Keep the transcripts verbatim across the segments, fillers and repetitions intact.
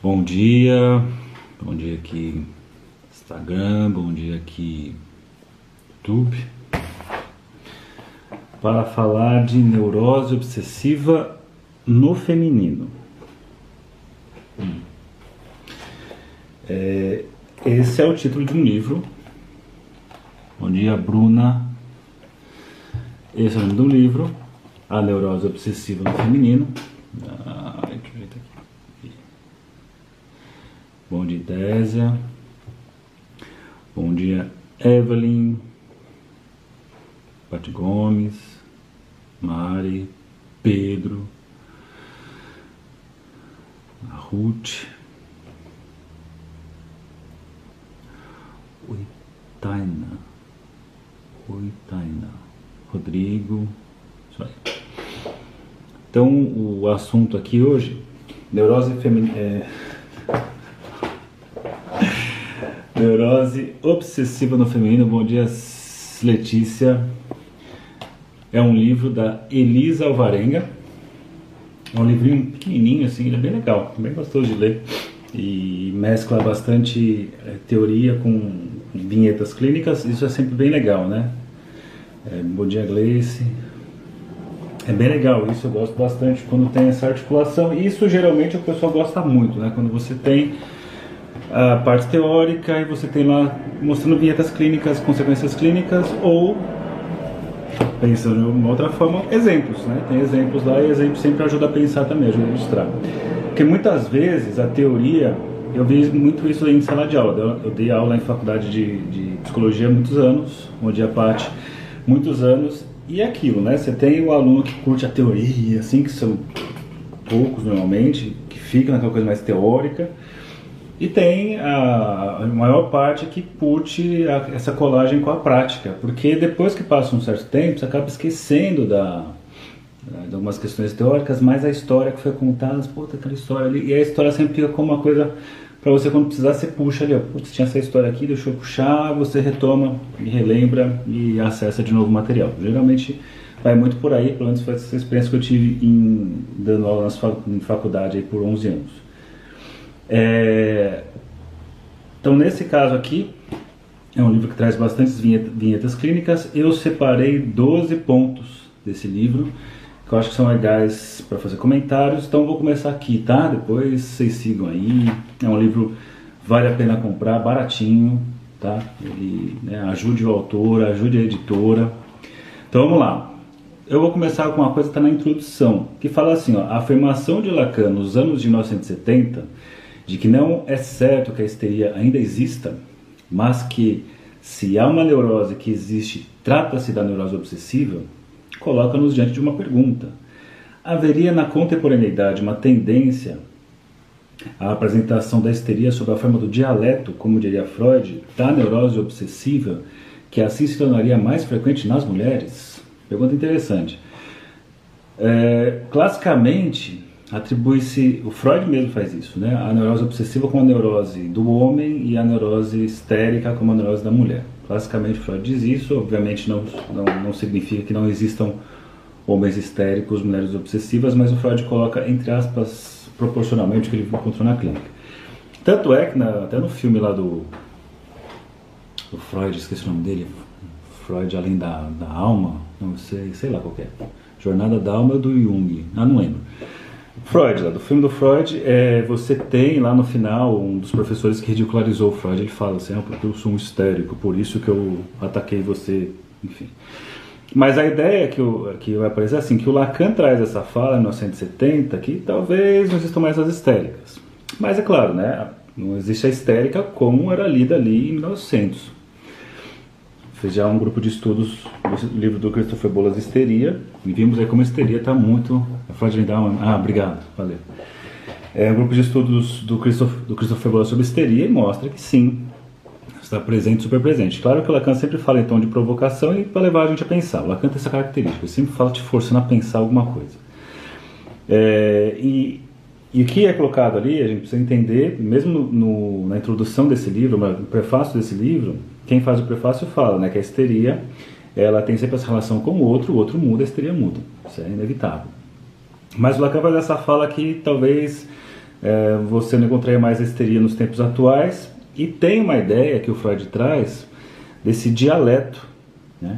Bom dia, bom dia aqui Instagram, bom dia aqui YouTube, para falar de neurose obsessiva no feminino. Hum. É, esse é o título de um livro. Bom dia, Bruna. Esse é o nome do livro, A Neurose Obsessiva no Feminino. Ah, deixa eu ver aqui. Bom dia, Désia. Bom dia, Evelyn, Paty Gomes, Mari, Pedro, a Ruth, Oitaina, Oitaina, Rodrigo, isso aí. Então, o assunto aqui hoje, neurose feminina, é... Neurose obsessiva no feminino. Bom dia, Letícia. É um livro da Elisa Alvarenga. É um livrinho pequenininho assim, ele é bem legal, bem gostoso de ler. E mescla bastante é, teoria com vinhetas clínicas. Isso é sempre bem legal, né? É, bom dia, Gleice. É bem legal, isso eu gosto bastante quando tem essa articulação. E isso geralmente o pessoal gosta muito, né? Quando você tem a parte teórica e você tem lá mostrando vinhetas clínicas, consequências clínicas, ou, pensando de uma outra forma, exemplos, né? Tem exemplos lá e exemplos sempre ajuda a pensar também, ajuda a ilustrar. Porque muitas vezes a teoria, eu vi muito isso em sala de aula. Eu dei aula em faculdade de, de psicologia há muitos anos, onde a Paty, muitos anos, e é aquilo, né? Você tem o aluno que curte a teoria, assim, que são poucos normalmente, que fica naquela coisa mais teórica. E tem a maior parte que curte a, essa colagem com a prática, porque depois que passa um certo tempo, você acaba esquecendo da, de algumas questões teóricas, mas a história que foi contada, pô, tem aquela história ali, e a história sempre fica como uma coisa para você, quando precisar, você puxa ali, ó, putz, tinha essa história aqui, deixa eu puxar, você retoma e relembra e acessa de novo o material. Geralmente vai muito por aí, pelo menos foi essa experiência que eu tive em, dando aula nas, em faculdade aí por onze anos. É... Então, nesse caso aqui, é um livro que traz bastantes vinhetas, vinhetas clínicas. Eu separei doze pontos desse livro, que eu acho que são legais para fazer comentários. Então, vou começar aqui, tá? Depois vocês sigam aí. É um livro que vale a pena comprar, baratinho, tá? Ele, né, ajude o autor, ajude a editora. Então, vamos lá. Eu vou começar com uma coisa que está na introdução, que fala assim, ó, a afirmação de Lacan nos anos de mil novecentos e setenta... de que não é certo que a histeria ainda exista, mas que se há uma neurose que existe, trata-se da neurose obsessiva, coloca-nos diante de uma pergunta. Haveria na contemporaneidade uma tendência à apresentação da histeria sob a forma do dialeto, como diria Freud, da neurose obsessiva, que assim se tornaria mais frequente nas mulheres? Pergunta interessante. É, classicamente, atribui-se, o Freud mesmo faz isso, né? A neurose obsessiva como a neurose do homem e a neurose histérica como a neurose da mulher. Classicamente Freud diz isso, obviamente não, não, não significa que não existam homens histéricos, mulheres obsessivas, mas o Freud coloca, entre aspas, proporcionalmente o que ele encontrou na clínica. Tanto é que na, até no filme lá do, do Freud, esqueci o nome dele, Freud Além da, da Alma, não sei, sei lá qual que é, Jornada da Alma do Jung, ah, não lembro. Freud, lá do filme do Freud, é, você tem lá no final um dos professores que ridicularizou o Freud. Ele fala assim, ah, porque eu sou um histérico, por isso que eu ataquei você, enfim. Mas a ideia que, eu, que vai aparecer é assim, que o Lacan traz essa fala em mil novecentos e setenta, que talvez não existam mais as histéricas. Mas é claro, né, não existe a histérica como era lida ali em mil e novecentos. Fez já um grupo de estudos do livro do Christopher Bolas, Histeria, e vimos aí como a histeria está muito... A Freud me dá uma... Ah, obrigado, valeu. É um grupo de estudos do Christopher, do Christopher Bolas sobre histeria e mostra que sim, está presente, super presente. Claro que o Lacan sempre fala então de provocação e para levar a gente a pensar. O Lacan tem essa característica, ele sempre fala te forçando a pensar alguma coisa. É, e, e o que é colocado ali, a gente precisa entender, mesmo no, no, na introdução desse livro, no prefácio desse livro, quem faz o prefácio fala, né, que a histeria, ela tem sempre essa relação com o outro, o outro muda, a histeria muda. Isso é inevitável. Mas o Lacan faz essa fala que talvez é, você não encontraria mais a histeria nos tempos atuais. E tem uma ideia que o Freud traz desse dialeto, né,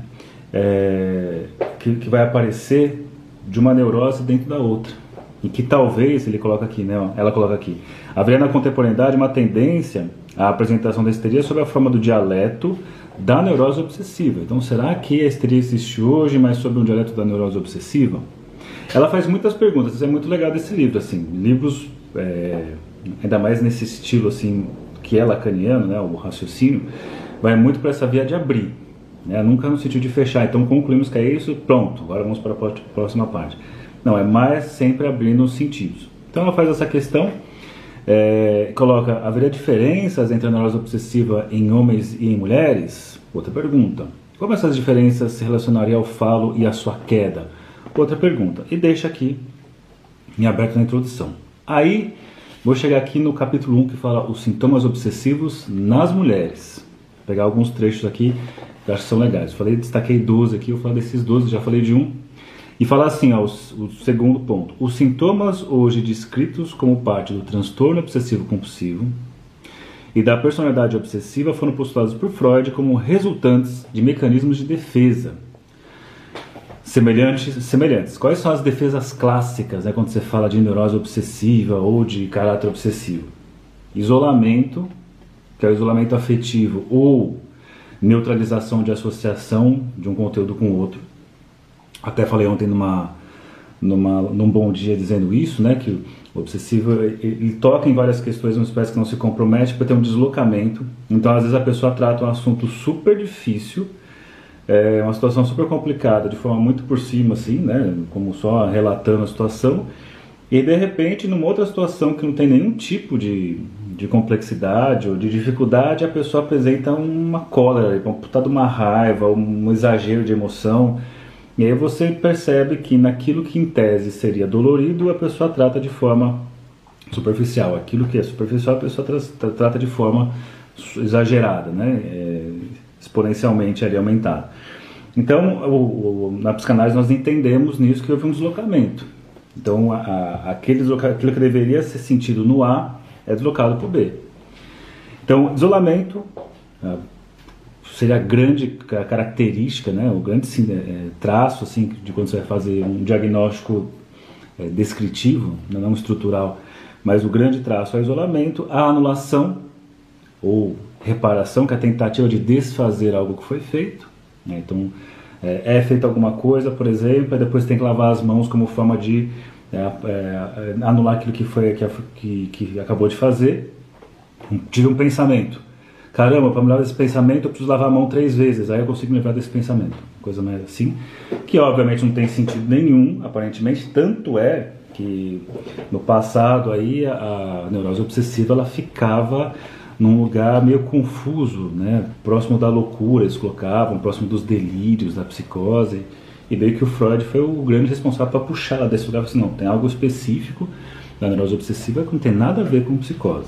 é, que, que vai aparecer de uma neurose dentro da outra. E que talvez, ele coloca aqui, né, ó, ela coloca aqui, haveria na contemporaneidade uma tendência à apresentação da histeria sob a forma do dialeto da neurose obsessiva. Então, será que a histeria existe hoje, mas sob um dialeto da neurose obsessiva? Ela faz muitas perguntas, isso é muito legal desse livro, assim, livros, é, ainda mais nesse estilo, assim, que é lacaniano, né, o raciocínio, vai muito para essa via de abrir, né, nunca no sentido de fechar. Então, concluímos que é isso, pronto, agora vamos para a próxima parte. Não, é mais sempre abrindo os sentidos. Então, ela faz essa questão, é, coloca, haveria diferenças entre a neurose obsessiva em homens e em mulheres? Outra pergunta. Como essas diferenças se relacionariam ao falo e à sua queda? Outra pergunta. E deixa aqui em aberto na introdução. Aí, vou chegar aqui no capítulo um, que fala os sintomas obsessivos nas mulheres. Vou pegar alguns trechos aqui que eu acho que são legais. Eu falei, destaquei doze aqui, eu falei desses doze, já falei de um. E fala assim, ó, o, o segundo ponto. Os sintomas hoje descritos como parte do transtorno obsessivo-compulsivo e da personalidade obsessiva foram postulados por Freud como resultantes de mecanismos de defesa semelhantes. semelhantes. Quais são as defesas clássicas, né, quando você fala de neurose obsessiva ou de caráter obsessivo? Isolamento, que é o isolamento afetivo, ou neutralização de associação de um conteúdo com o outro. Até falei ontem numa, numa, num Bom Dia dizendo isso, né, que o obsessivo ele, ele toca em várias questões, uma espécie que não se compromete para ter um deslocamento. Então, às vezes a pessoa trata um assunto super difícil, é uma situação super complicada, de forma muito por cima, assim, né, como só relatando a situação, e de repente, numa outra situação que não tem nenhum tipo de, de complexidade ou de dificuldade, a pessoa apresenta uma cólera, uma puta de uma raiva, um exagero de emoção. E aí você percebe que naquilo que em tese seria dolorido, a pessoa trata de forma superficial. Aquilo que é superficial, a pessoa tra tra trata de forma exagerada, né? É, exponencialmente ali aumentada. Então, o, o, na psicanálise nós entendemos nisso que houve um deslocamento. Então, a, a, aquele aquilo que deveria ser sentido no A é deslocado para o B. Então, isolamento a, seria a grande característica, né, o grande sim, é, traço assim, de quando você vai fazer um diagnóstico é, descritivo, não estrutural, mas o grande traço é o isolamento, a anulação ou reparação, que é a tentativa de desfazer algo que foi feito, né? Então é, é feita alguma coisa, por exemplo, e depois tem que lavar as mãos como forma de é, é, anular aquilo que, foi, que, que, que acabou de fazer. Tive um pensamento, caramba, para me livrar desse pensamento eu preciso lavar a mão três vezes, aí eu consigo me livrar desse pensamento, coisa mais assim, que obviamente não tem sentido nenhum, aparentemente, tanto é que no passado aí a, a neurose obsessiva ela ficava num lugar meio confuso, né, próximo da loucura, eles colocavam, próximo dos delírios, da psicose, e veio que o Freud foi o grande responsável para puxar ela desse lugar, assim, não, tem algo específico da neurose obsessiva que não tem nada a ver com psicose.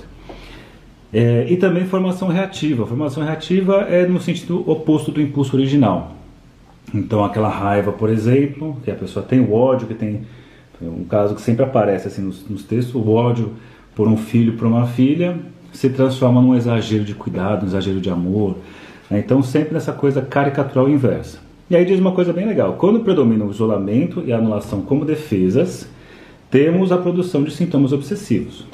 É, e também formação reativa. A formação reativa é no sentido oposto do impulso original. Então aquela raiva, por exemplo, que a pessoa tem o ódio, que tem um caso que sempre aparece assim nos, nos textos, o ódio por um filho, por uma filha, se transforma num exagero de cuidado, um exagero de amor, né? Então sempre nessa coisa caricatural inversa. E aí diz uma coisa bem legal, quando predomina o isolamento e a anulação como defesas, temos a produção de sintomas obsessivos.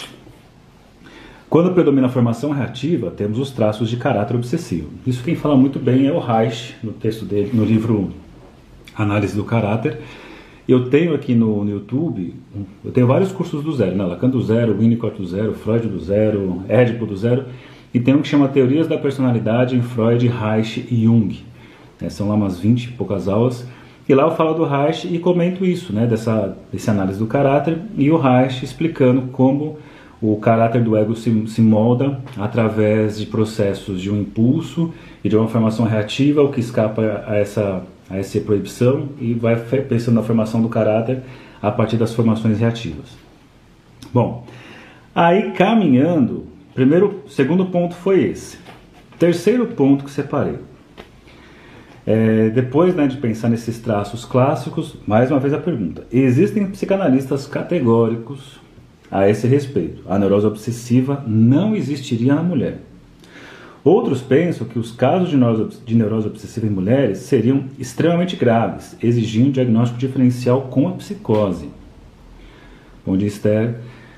Quando predomina a formação reativa, temos os traços de caráter obsessivo. Isso quem fala muito bem é o Reich, no texto dele, no livro Análise do Caráter. Eu tenho aqui no, no YouTube, eu tenho vários cursos do zero, né? Lacan do zero, Winnicott do zero, Freud do zero, Édipo do zero, e tem um que chama Teorias da Personalidade em Freud, Reich e Jung. É, são lá umas vinte e poucas aulas, e lá eu falo do Reich e comento isso, né? Dessa, desse análise do caráter, e o Reich explicando como o caráter do ego se, se molda através de processos de um impulso e de uma formação reativa, o que escapa a essa, a essa proibição, e vai pensando na formação do caráter a partir das formações reativas. Bom, aí caminhando, primeiro, segundo ponto foi esse. Terceiro ponto que separei. É, depois, né, de pensar nesses traços clássicos, mais uma vez a pergunta: existem psicanalistas categóricos a esse respeito. A neurose obsessiva não existiria na mulher. Outros pensam que os casos de neurose, de neurose obsessiva em mulheres seriam extremamente graves, exigindo um diagnóstico diferencial com a psicose. Como diz Esther,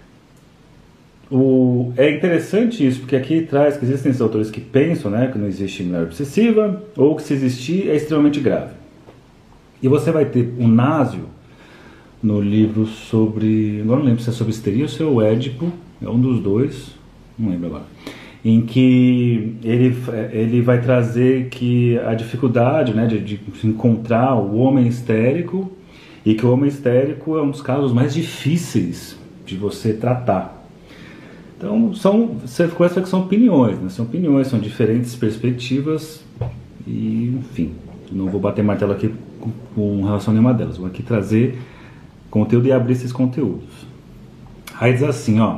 o, é interessante isso, porque aqui traz que existem esses autores que pensam, né, que não existe neurose obsessiva, ou que se existir é extremamente grave. E você vai ter o Násio no livro sobre, agora não lembro se é sobre histeria ou se é o Édipo, é um dos dois, não lembro agora, em que ele, ele vai trazer que a dificuldade, né, de, de encontrar o homem histérico, e que o homem histérico é um dos casos mais difíceis de você tratar. Então, são, você conhece que são opiniões, né? São opiniões, são diferentes perspectivas, e enfim, não vou bater martelo aqui com, com relação a nenhuma delas, vou aqui trazer conteúdo e abrir esses conteúdos. Aí diz assim, ó,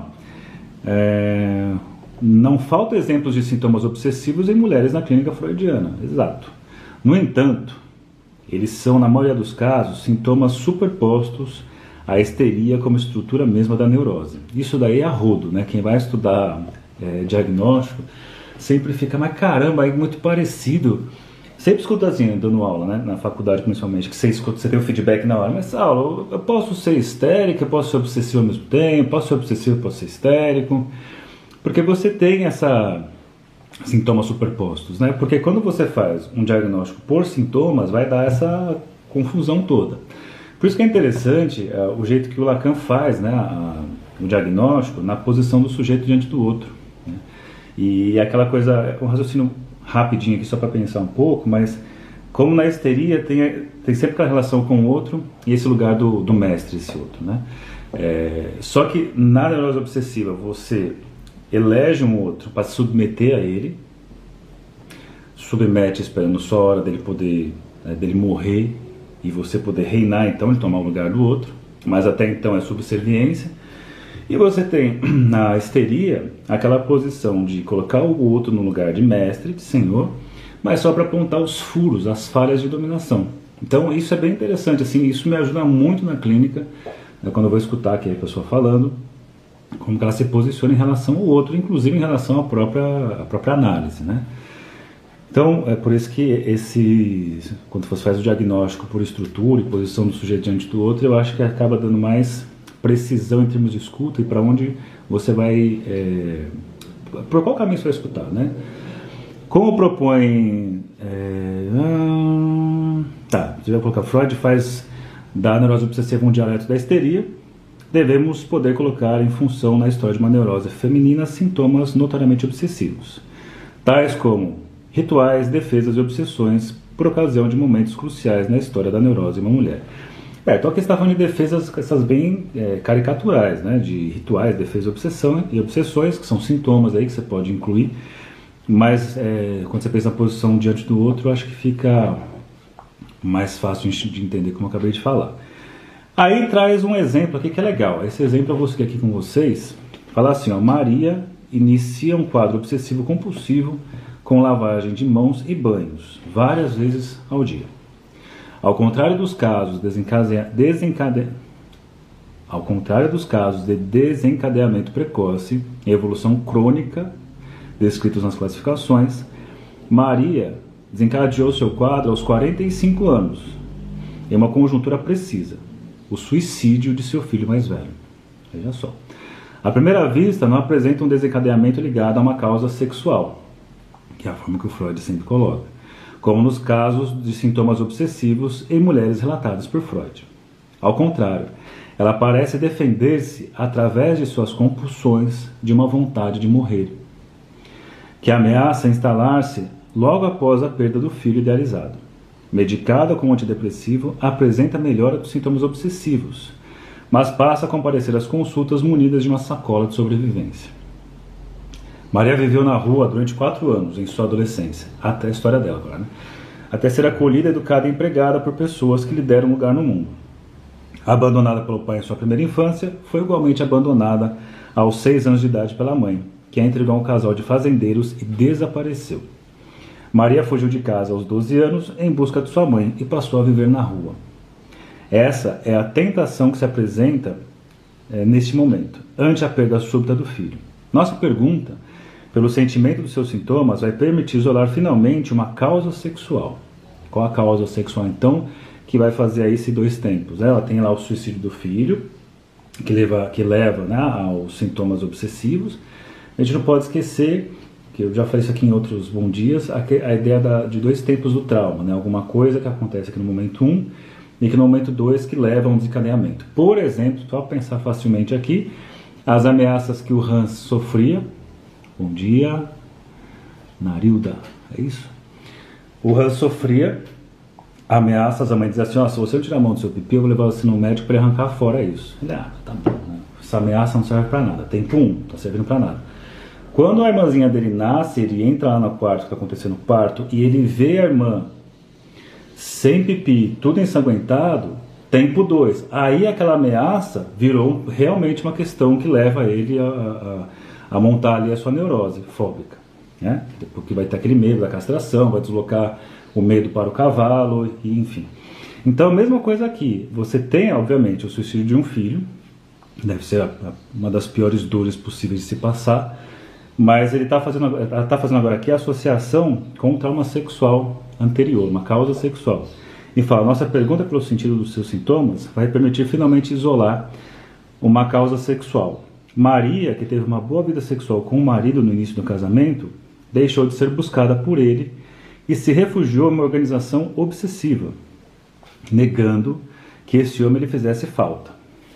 é, não faltam exemplos de sintomas obsessivos em mulheres na clínica freudiana, exato. No entanto, eles são, na maioria dos casos, sintomas superpostos à histeria como estrutura mesma da neurose. Isso daí é a rodo, né? Quem vai estudar é, diagnóstico sempre fica, mas caramba, é muito parecido. Sempre escuta assim, dando aula, né? Na faculdade principalmente, que você escuta, você tem o feedback na hora, mas aula, eu posso ser histérica, eu posso ser obsessivo ao mesmo tempo, posso ser obsessivo, eu posso ser histérico, porque você tem essa sintomas superpostos, né? Porque quando você faz um diagnóstico por sintomas, vai dar essa confusão toda. Por isso que é interessante uh, o jeito que o Lacan faz, né, a, o diagnóstico na posição do sujeito diante do outro, né? E aquela coisa, um raciocínio rapidinho aqui só para pensar um pouco, mas como na histeria tem, tem sempre aquela relação com o outro e esse lugar do, do mestre, esse outro, né? É, só que na neurose obsessiva você elege um outro para se submeter a ele, submete esperando só a hora dele poder, né, dele morrer e você poder reinar, então ele tomar o lugar do outro, mas até então é subserviência. E você tem na histeria aquela posição de colocar o outro no lugar de mestre, de senhor, mas só para apontar os furos, as falhas de dominação. Então isso é bem interessante, assim, isso me ajuda muito na clínica, né, quando eu vou escutar aqui a pessoa falando, como que ela se posiciona em relação ao outro, inclusive em relação à própria, à própria análise, né? Então, é por isso que esse, quando você faz o diagnóstico por estrutura e posição do sujeito diante do outro, eu acho que acaba dando mais precisão em termos de escuta e para onde você vai, é, por qual caminho você vai escutar, né? Como propõe, é, hum, tá, você vai colocar, Freud faz da neurose obsessiva um dialeto da histeria, devemos poder colocar em função na história de uma neurose feminina sintomas notoriamente obsessivos, tais como rituais, defesas e obsessões por ocasião de momentos cruciais na história da neurose em uma mulher. É, então aqui está falando de defesas, essas bem é, caricaturais, né, de rituais, defesa e obsessão, e obsessões, que são sintomas aí que você pode incluir, mas é, quando você pensa na posição diante do outro, eu acho que fica mais fácil de entender, como eu acabei de falar. Aí traz um exemplo aqui que é legal. Esse exemplo eu vou seguir aqui com vocês. Falar assim, ó, Maria inicia um quadro obsessivo compulsivo com lavagem de mãos e banhos, várias vezes ao dia. Ao contrário dos casos desencadea... Desencade... Ao contrário dos casos de desencadeamento precoce e evolução crônica descritos nas classificações, Maria desencadeou seu quadro aos quarenta e cinco anos, em uma conjuntura precisa, o suicídio de seu filho mais velho. Veja só. À primeira vista, não apresenta um desencadeamento ligado a uma causa sexual, que é a forma que o Freud sempre coloca, como nos casos de sintomas obsessivos em mulheres relatados por Freud. Ao contrário, ela parece defender-se através de suas compulsões de uma vontade de morrer, que ameaça instalar-se logo após a perda do filho idealizado. Medicada com antidepressivo, apresenta melhora dos sintomas obsessivos, mas passa a comparecer às consultas munidas de uma sacola de sobrevivência. Maria viveu na rua durante quatro anos, em sua adolescência, até a história dela agora, né? Até ser acolhida, educada e empregada por pessoas que lhe deram lugar no mundo. Abandonada pelo pai em sua primeira infância, foi igualmente abandonada aos seis anos de idade pela mãe, que a entregou a um casal de fazendeiros e desapareceu. Maria fugiu de casa aos doze anos em busca de sua mãe e passou a viver na rua. Essa é a tentação que se apresenta é, neste momento, ante a perda súbita do filho. Nossa pergunta, pelo sentimento dos seus sintomas, vai permitir isolar finalmente uma causa sexual. Qual a causa sexual, então, que vai fazer aí esses dois tempos? Ela tem lá o suicídio do filho, que leva, que leva né, aos sintomas obsessivos. A gente não pode esquecer, que eu já falei isso aqui em outros bom dias, a, a ideia da, de dois tempos do trauma, né? Alguma coisa que acontece aqui no momento um e que no momento dois que leva a um desencadeamento. Por exemplo, só pensar facilmente aqui, as ameaças que o Hans sofria. Bom dia, Narilda, é isso? O Hans sofria ameaças, a mãe dizia assim, oh, se você não tirar a mão do seu pipi, eu vou levar você no médico para arrancar fora isso. Ele, ah, tá bom, né? Essa ameaça não serve para nada. Tempo um, tá servindo para nada. Quando a irmãzinha dele nasce, ele entra lá no quarto que aconteceu no parto e ele vê a irmã sem pipi, tudo ensanguentado, tempo dois. Aí aquela ameaça virou realmente uma questão que leva ele a, a, a montar ali a sua neurose fóbica, né? Porque vai ter aquele medo da castração, vai deslocar o medo para o cavalo, e enfim. Então, a mesma coisa aqui. Você tem, obviamente, o suicídio de um filho, deve ser a, a, uma das piores dores possíveis de se passar, mas ele está fazendo, ela tá fazendo agora aqui a associação com o trauma sexual anterior, uma causa sexual. E fala, nossa pergunta pelo sentido dos seus sintomas vai permitir finalmente isolar uma causa sexual. Maria, que teve uma boa vida sexual com o marido no início do casamento, deixou de ser buscada por ele e se refugiou em uma organização obsessiva, negando que esse homem lhe fizesse falta.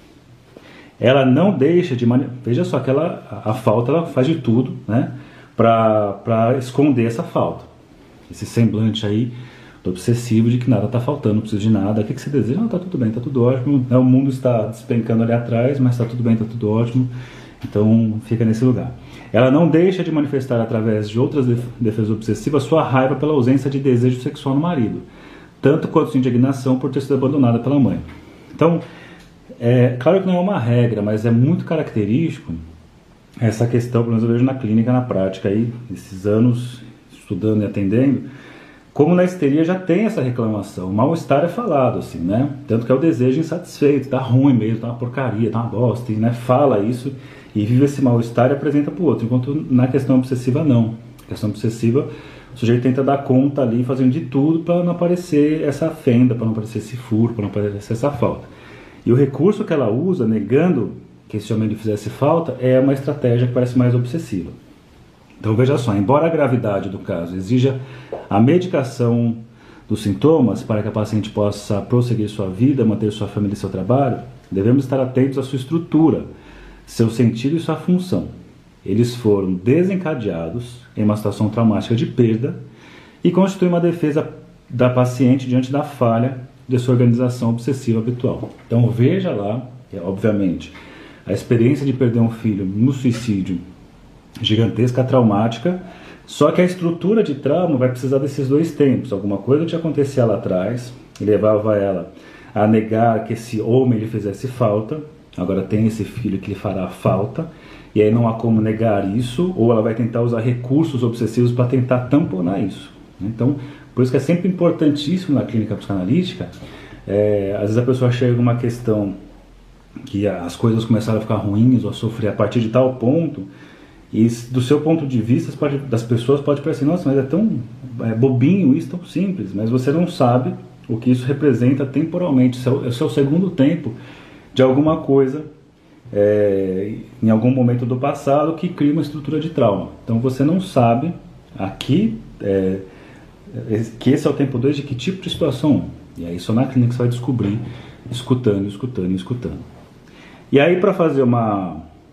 Ela não deixa de... Mani... Veja só que ela, a, a falta ela faz de tudo, né, para esconder essa falta. Esse semblante aí do obsessivo de que nada está faltando, não preciso de nada. O que, que você deseja? Não, está tudo bem, está tudo ótimo. O mundo está despencando ali atrás, mas está tudo bem, está tudo ótimo. Então fica nesse lugar. Ela não deixa de manifestar através de outras defesas obsessivas sua raiva pela ausência de desejo sexual no marido, tanto quanto sua indignação por ter sido abandonada pela mãe. Então, é claro que não é uma regra, mas é muito característico essa questão, pelo menos eu vejo na clínica, na prática, aí, esses anos estudando e atendendo, como na histeria já tem essa reclamação. O mal-estar é falado, assim, né? Tanto que é o desejo insatisfeito, tá ruim mesmo, tá uma porcaria, tá uma bosta, e, né? Fala isso e vive esse mal-estar e apresenta para o outro, enquanto na questão obsessiva não. Na questão obsessiva, o sujeito tenta dar conta ali, fazendo de tudo para não aparecer essa fenda, para não aparecer esse furo, para não aparecer essa falta. E o recurso que ela usa, negando que esse homem lhe fizesse falta, é uma estratégia que parece mais obsessiva. Então veja só, embora a gravidade do caso exija a medicação dos sintomas para que a paciente possa prosseguir sua vida, manter sua família e seu trabalho, devemos estar atentos à sua estrutura, seu sentido e sua função. Eles foram desencadeados em uma situação traumática de perda e constituem uma defesa da paciente diante da falha de sua organização obsessiva habitual. Então veja lá, é, obviamente, a experiência de perder um filho no suicídio gigantesca, traumática, só que a estrutura de trauma vai precisar desses dois tempos. Alguma coisa que acontecia lá atrás e levava ela a negar que esse homem lhe fizesse falta. Agora tem esse filho que lhe fará falta, e aí não há como negar isso, ou ela vai tentar usar recursos obsessivos para tentar tamponar isso. Então, por isso que é sempre importantíssimo na clínica psicanalítica, é, às vezes a pessoa chega com uma questão que as coisas começaram a ficar ruins ou a sofrer a partir de tal ponto, e do seu ponto de vista pode, das pessoas pode parecer, nossa, mas é tão é, bobinho isso, tão simples, mas você não sabe o que isso representa temporalmente. Esse é o, esse é o segundo tempo de alguma coisa é, em algum momento do passado que cria uma estrutura de trauma. Então você não sabe aqui é, que esse é o tempo dois de que tipo de situação. E aí só na clínica você vai descobrir, escutando, escutando, escutando. E aí, para fazer uma,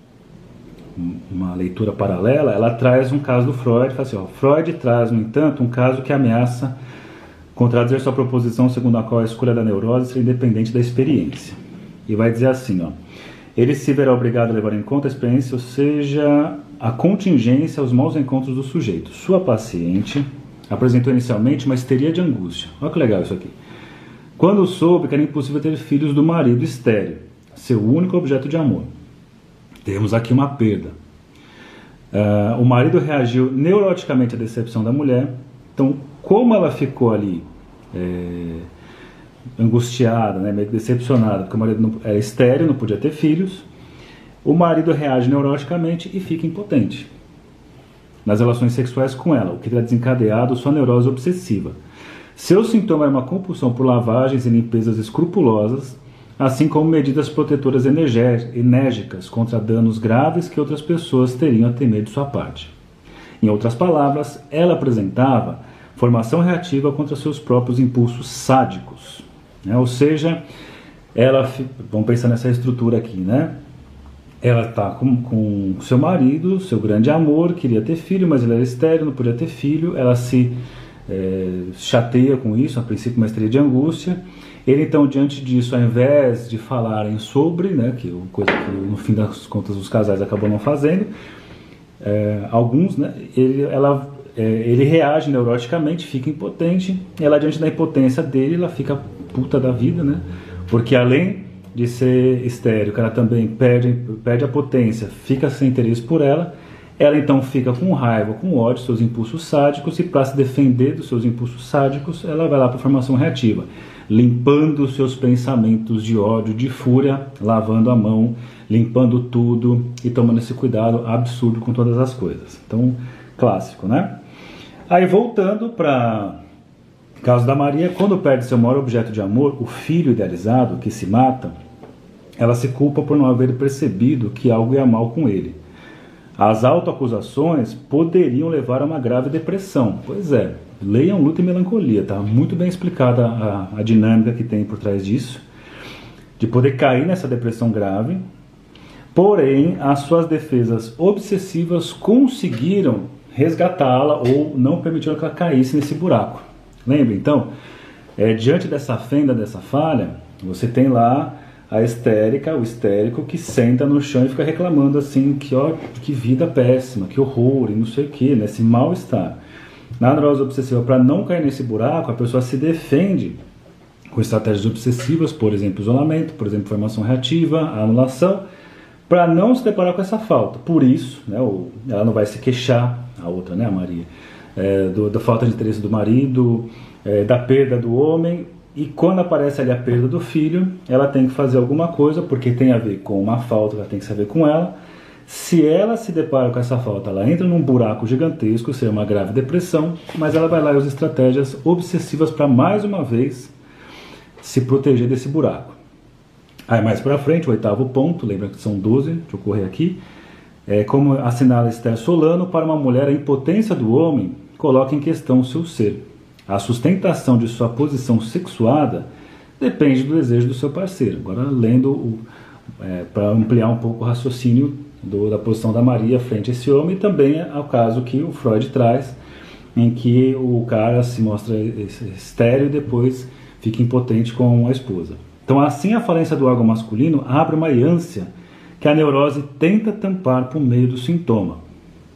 uma leitura paralela, ela traz um caso do Freud, fala assim, ó, Freud traz, no entanto, um caso que ameaça contradizer sua proposição segundo a qual a escolha da neurose seria independente da experiência. E vai dizer assim, ó, ele se verá obrigado a levar em conta a experiência, ou seja, a contingência aos maus encontros do sujeito. Sua paciente apresentou inicialmente uma histeria de angústia. Olha que legal isso aqui. Quando soube que era impossível ter filhos do marido estéril, seu único objeto de amor. Temos aqui uma perda. Uh, o marido reagiu neuroticamente à decepção da mulher. Então, como ela ficou ali é, angustiada, né, meio decepcionada, porque o marido não, era estéril, não podia ter filhos, o marido reage neuroticamente e fica impotente nas relações sexuais com ela, o que terá desencadeado sua neurose obsessiva. Seu sintoma é uma compulsão por lavagens e limpezas escrupulosas, assim como medidas protetoras enérgicas contra danos graves que outras pessoas teriam a temer de sua parte. Em outras palavras, ela apresentava formação reativa contra seus próprios impulsos sádicos. Né? Ou seja, ela, vamos pensar nessa estrutura aqui, né? Ela está com, com seu marido, seu grande amor, queria ter filho, mas ele era estéril, não podia ter filho. Ela se é, chateia com isso, a princípio uma estria de angústia. Ele então, diante disso, ao invés de falarem sobre, né, que é uma coisa que no fim das contas os casais acabam não fazendo, é, alguns, né, ele, ela, é, ele reage neuroticamente, fica impotente. Ela, diante da impotência dele, ela fica puta da vida, né, porque além de ser estéril, que ela também perde, perde a potência, fica sem interesse por ela, ela então fica com raiva, com ódio, seus impulsos sádicos, e para se defender dos seus impulsos sádicos, ela vai lá para a formação reativa, limpando seus pensamentos de ódio, de fúria, lavando a mão, limpando tudo e tomando esse cuidado absurdo com todas as coisas. Então, clássico, né? Aí voltando para o caso da Maria, quando perde seu maior objeto de amor, o filho idealizado, que se mata, ela se culpa por não haver percebido que algo ia mal com ele. As autoacusações poderiam levar a uma grave depressão. Pois é, leiam Luta e Melancolia, tá muito bem explicada a, a dinâmica que tem por trás disso, de poder cair nessa depressão grave. Porém, as suas defesas obsessivas conseguiram resgatá-la ou não permitiram que ela caísse nesse buraco. Lembra, então? É, diante dessa fenda, dessa falha, você tem lá a histérica, o histérico que senta no chão e fica reclamando assim, que, ó, que vida péssima, que horror, e não sei o que, nesse mal-estar. Na neurose obsessiva, para não cair nesse buraco, a pessoa se defende com estratégias obsessivas, por exemplo, isolamento, por exemplo, formação reativa, anulação, para não se deparar com essa falta. Por isso, né, ela não vai se queixar, a outra, né, a Maria, é, do, da falta de interesse do marido, é, da perda do homem. E quando aparece ali a perda do filho, ela tem que fazer alguma coisa, porque tem a ver com uma falta, ela tem que saber com ela. Se ela se depara com essa falta, ela entra num buraco gigantesco, seria uma grave depressão, mas ela vai lá e usa estratégias obsessivas para, mais uma vez, se proteger desse buraco. Aí mais para frente, o oitavo ponto, lembra que são doze, deixa eu correr aqui, é como assinala Esther Solano, para uma mulher a impotência do homem coloca em questão o seu ser. A sustentação de sua posição sexuada depende do desejo do seu parceiro. Agora, lendo, é, para ampliar um pouco o raciocínio do, da posição da Maria frente a esse homem, também é o caso que o Freud traz, em que o cara se mostra estéril e depois fica impotente com a esposa. Então, assim, a falência do órgão masculino abre uma ânsia que a neurose tenta tampar por meio do sintoma.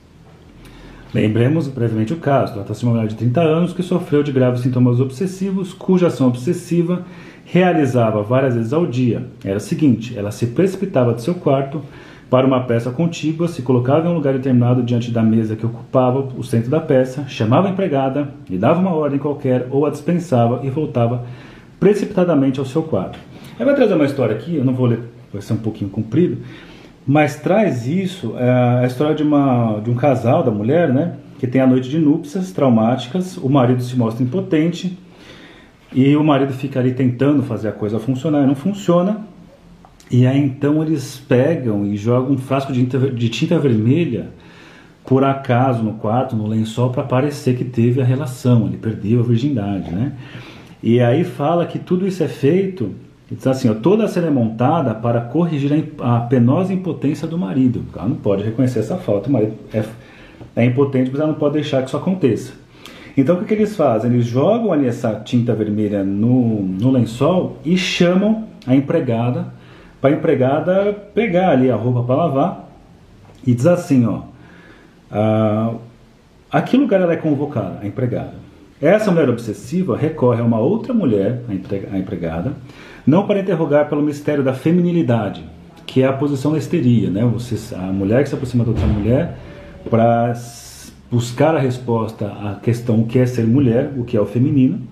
Lembremos brevemente o caso. Trata-se de uma mulher de trinta anos que sofreu de graves sintomas obsessivos, cuja ação obsessiva realizava várias vezes ao dia. Era a seguinte: ela se precipitava de seu quarto para uma peça contígua, se colocava em um lugar determinado diante da mesa que ocupava o centro da peça, chamava a empregada, lhe dava uma ordem qualquer ou a dispensava e voltava precipitadamente ao seu quarto. Aí vai trazer uma história aqui, eu não vou ler, vai ser um pouquinho comprido, mas traz isso, é a história de, uma, de um casal, da mulher, né, que tem a noite de núpcias traumáticas, o marido se mostra impotente, e o marido fica ali tentando fazer a coisa funcionar, e não funciona, e aí então eles pegam e jogam um frasco de tinta, de tinta vermelha, por acaso, no quarto, no lençol, para parecer que teve a relação, ele perdeu a virgindade, né, e aí fala que tudo isso é feito... Diz assim, ó, toda a cena é montada para corrigir a, a penosa impotência do marido. Ela não pode reconhecer essa falta, o marido é, é impotente, mas ela não pode deixar que isso aconteça. Então o que, que eles fazem? Eles jogam ali essa tinta vermelha no, no lençol e chamam a empregada, para a empregada pegar ali a roupa para lavar, e diz assim, ó, ah, a que lugar ela é convocada, a empregada? Essa mulher obsessiva recorre a uma outra mulher, a empregada, não para interrogar pelo mistério da feminilidade, que é a posição da histeria, né? Você, a mulher que se aproxima de outra mulher para buscar a resposta à questão o que é ser mulher, o que é o feminino.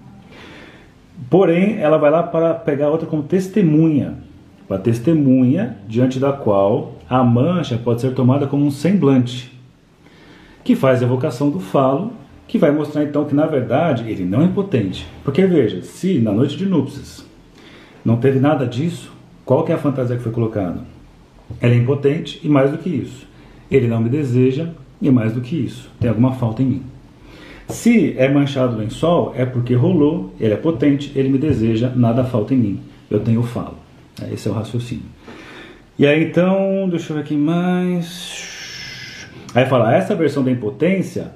Porém, ela vai lá para pegar outra como testemunha, para testemunha diante da qual a mancha pode ser tomada como um semblante, que faz a evocação do falo, que vai mostrar então que na verdade ele não é impotente. Porque veja, se na noite de núpcias não teve nada disso, qual que é a fantasia que foi colocada? Ela é impotente e mais do que isso, ele não me deseja e mais do que isso, tem alguma falta em mim. Se é manchado o lençol, é porque rolou, ele é potente, ele me deseja, nada falta em mim, eu tenho o falo. Esse é o raciocínio. E aí então, deixa eu ver aqui mais. Aí fala, essa versão da impotência,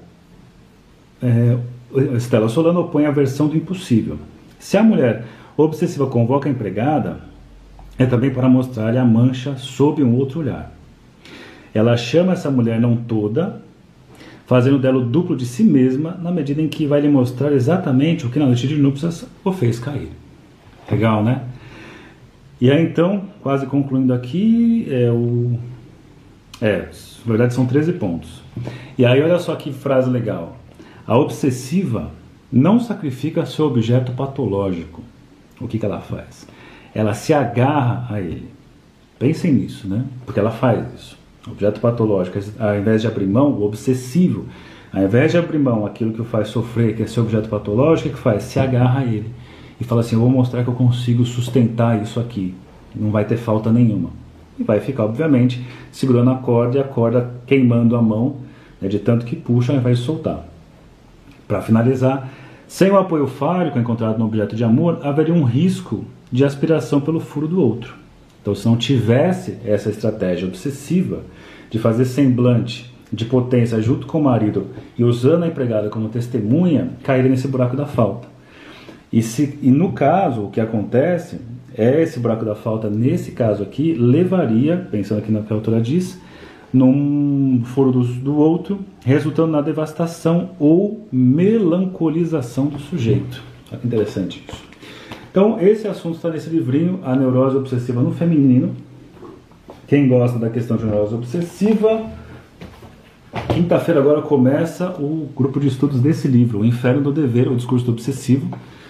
é, Stella Solano opõe a versão do impossível. Se a mulher obsessiva convoca a empregada, é também para mostrar-lhe a mancha sob um outro olhar. Ela chama essa mulher não toda, fazendo dela o duplo de si mesma, na medida em que vai lhe mostrar exatamente o que na noite de núpcias o fez cair. Legal, né? E aí então, quase concluindo aqui, é o... É, na verdade são treze pontos. E aí olha só que frase legal. A obsessiva não sacrifica seu objeto patológico. O que que ela faz? Ela se agarra a ele. Pensem nisso, né? Porque ela faz isso. O objeto patológico, ao invés de abrir mão, o obsessivo, ao invés de abrir mão aquilo que o faz sofrer, que é seu objeto patológico, o que faz? Se agarra a ele. E fala assim, eu vou mostrar que eu consigo sustentar isso aqui. Não vai ter falta nenhuma. E vai ficar, obviamente, segurando a corda e a corda queimando a mão, né, de tanto que puxa, ao invés de soltar. Para finalizar, sem o apoio fálico encontrado no objeto de amor, haveria um risco de aspiração pelo furo do outro. Então, se não tivesse essa estratégia obsessiva de fazer semblante de potência junto com o marido e usando a empregada como testemunha, cairia nesse buraco da falta. E, se, e no caso, o que acontece é esse buraco da falta, nesse caso aqui, levaria, pensando aqui no que a autora diz, num furo do, do outro, resultando na devastação ou melancolização do sujeito. Olha que interessante isso. Então, esse assunto está nesse livrinho, A Neurose Obsessiva no Feminino. Quem gosta da questão de neurose obsessiva, quinta-feira agora começa o grupo de estudos desse livro, O Inferno do Dever, o Discurso do Obsessivo,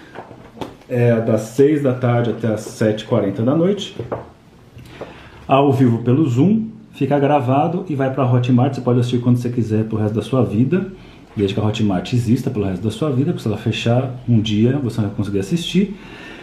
é das seis da tarde até as sete e quarenta da noite, ao vivo pelo Zoom, fica gravado e vai para a Hotmart, você pode assistir quando você quiser pro resto da sua vida, desde que a Hotmart exista pelo resto da sua vida, porque se ela fechar um dia, você não vai conseguir assistir.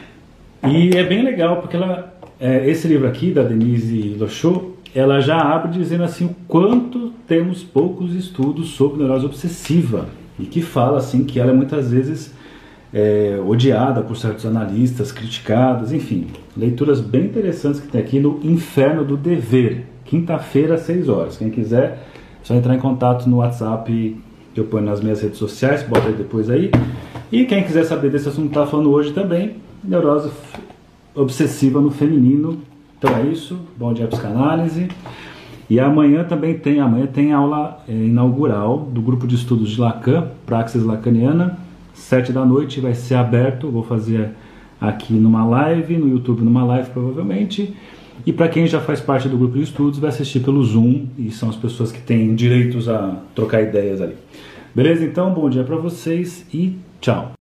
E é bem legal, porque ela, é, esse livro aqui, da Denise Lochot, ela já abre dizendo assim o quanto temos poucos estudos sobre neurose obsessiva, e que fala assim que ela é muitas vezes é, odiada por certos analistas, criticadas, enfim, leituras bem interessantes que tem aqui no Inferno do Dever, quinta-feira às seis horas. Quem quiser, é só entrar em contato no WhatsApp que eu ponho nas minhas redes sociais, bota aí depois aí. E quem quiser saber desse assunto que tá falando hoje também, neurose obsessiva no feminino. Então é isso, bom dia psicanálise. E amanhã também tem, amanhã tem aula é, inaugural do grupo de estudos de Lacan, Praxis Lacaniana, sete da noite, vai ser aberto, vou fazer aqui numa live, no YouTube numa live provavelmente. E para quem já faz parte do grupo de estudos, vai assistir pelo Zoom, e são as pessoas que têm direitos a trocar ideias ali. Beleza? Então, bom dia para vocês e tchau!